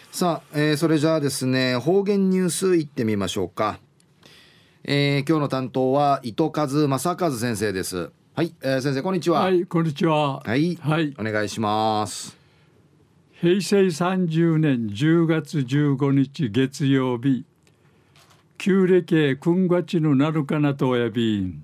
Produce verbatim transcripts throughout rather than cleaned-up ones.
さあ、えー、それじゃあですね、方言ニュースいってみましょうか。えー、今日の担当は糸数正和先生です。はい、えー、先生こんにちは。 はい、こんにちは。 はい、 はい、 お願いします。 へいせいさんじゅうねんじゅうがつじゅうごにち月曜日、旧暦くんがちのなるかなとやびん。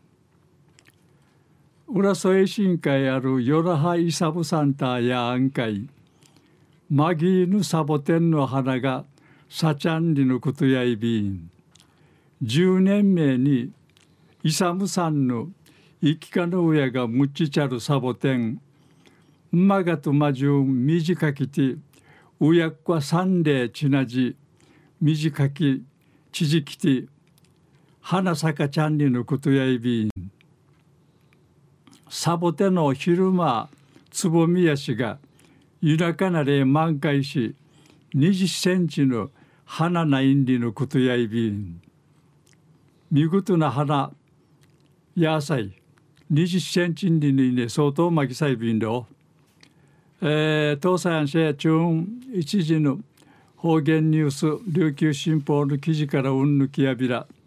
浦添新会あるよらはいさぶサンタやあんかい、マギーヌサボテンの花がさちゃんりのことやいびん。じゅうねんめいにイサムさんの生きかの上がむちちゃるサボテン、まがとまじゅん短きて、うやっこさんでちなじ、短きちじきて、花さかちゃんりのことやいびん。サボテンの昼間、つぼみやしが、ゆらかなれ満開し、にじゅっセンチの花ないんりのことやいびん。見事な花、野菜、にじゅっセンチにね、相当巻きさいびんど。えー、東西安市中一時の方言ニュース琉球新報の記事からうんぬきやびら。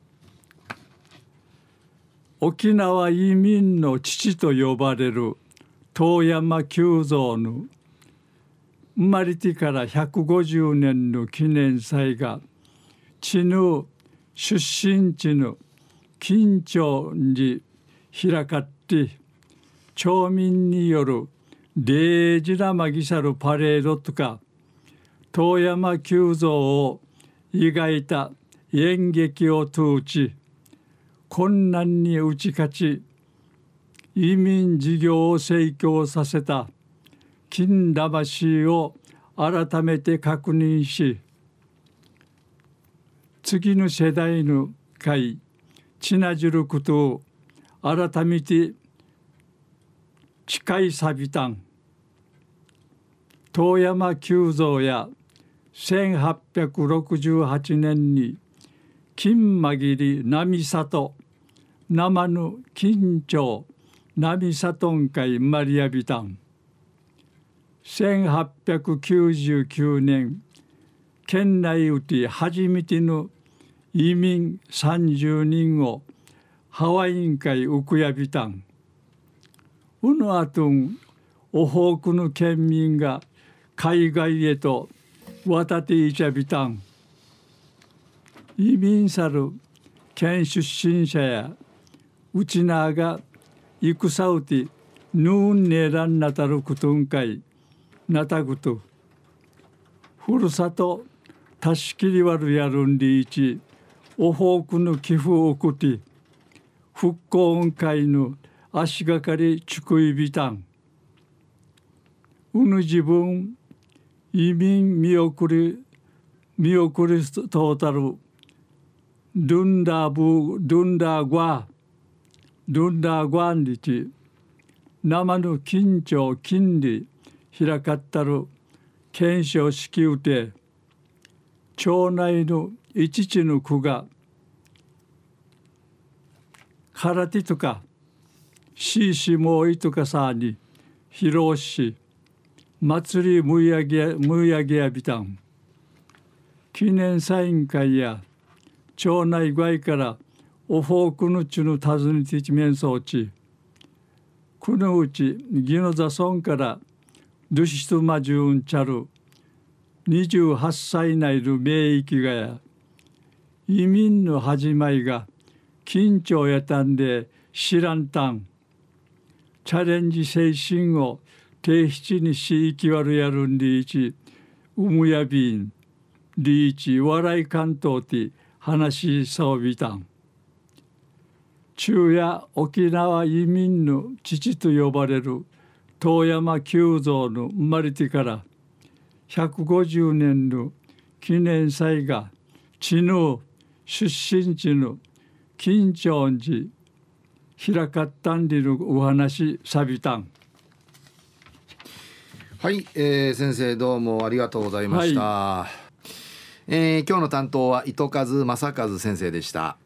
沖縄移民の父と呼ばれる遠山久蔵の生まれてからひゃくごじゅうねんの記念祭が地の出身地の金町に開かって町民によるデージなまぎさるパレードとか遠山久蔵を描いた演劇を通じ困難に打ち勝ち移民事業を成功させた金魂を改めて確認し次の世代の会ちなじることを改めて誓いさびたん。遠山久蔵やせんはっぴゃくろくじゅうはちねんに金紛り波里生ぬ金町波里ん会マリアビタンせんはっぴゃくきゅうじゅうきゅうねん県内うて初めての移民さんじゅうにんをハワイン会ウクヤビタンうのあとんおほうくの県民が海外へと渡っていちゃびたん移民さる県出身者やうちなが戦うてぬんねらんなたることんかいなたぐとふるさとたしきりわるやるんりいちおほうくの寄付を送って復興委員会の足がかりちくいびたんうぬ自分移民見送り見送りとうたるドゥンダーブドゥンダーグワドゥンダーグワンリチ生の緊張金利開かったる検証式うて町内の一地の区が空手とかしいしもいとかさに披露し祭りむやげむやげやびたん記念サイン会や町内外からおフォークのちの訪ねてち面相ちくのうちギノザソンからドゥシトマジュンチャルにじゅうはっさい内の名域がや移民の始まりが緊張やたんで知らんたんチャレンジ精神を定七にしいきわるやるんりいちうむやびんりいち笑い関東て話しそうびたん中や沖縄移民の父と呼ばれる遠山久蔵の生まれてからひゃくごじゅうねんの記念祭が地の出身地の金町寺開かったんりのお話さびたんはい、えー、先生どうもありがとうございました、はい、えー、今日の担当は糸数正和先生でした。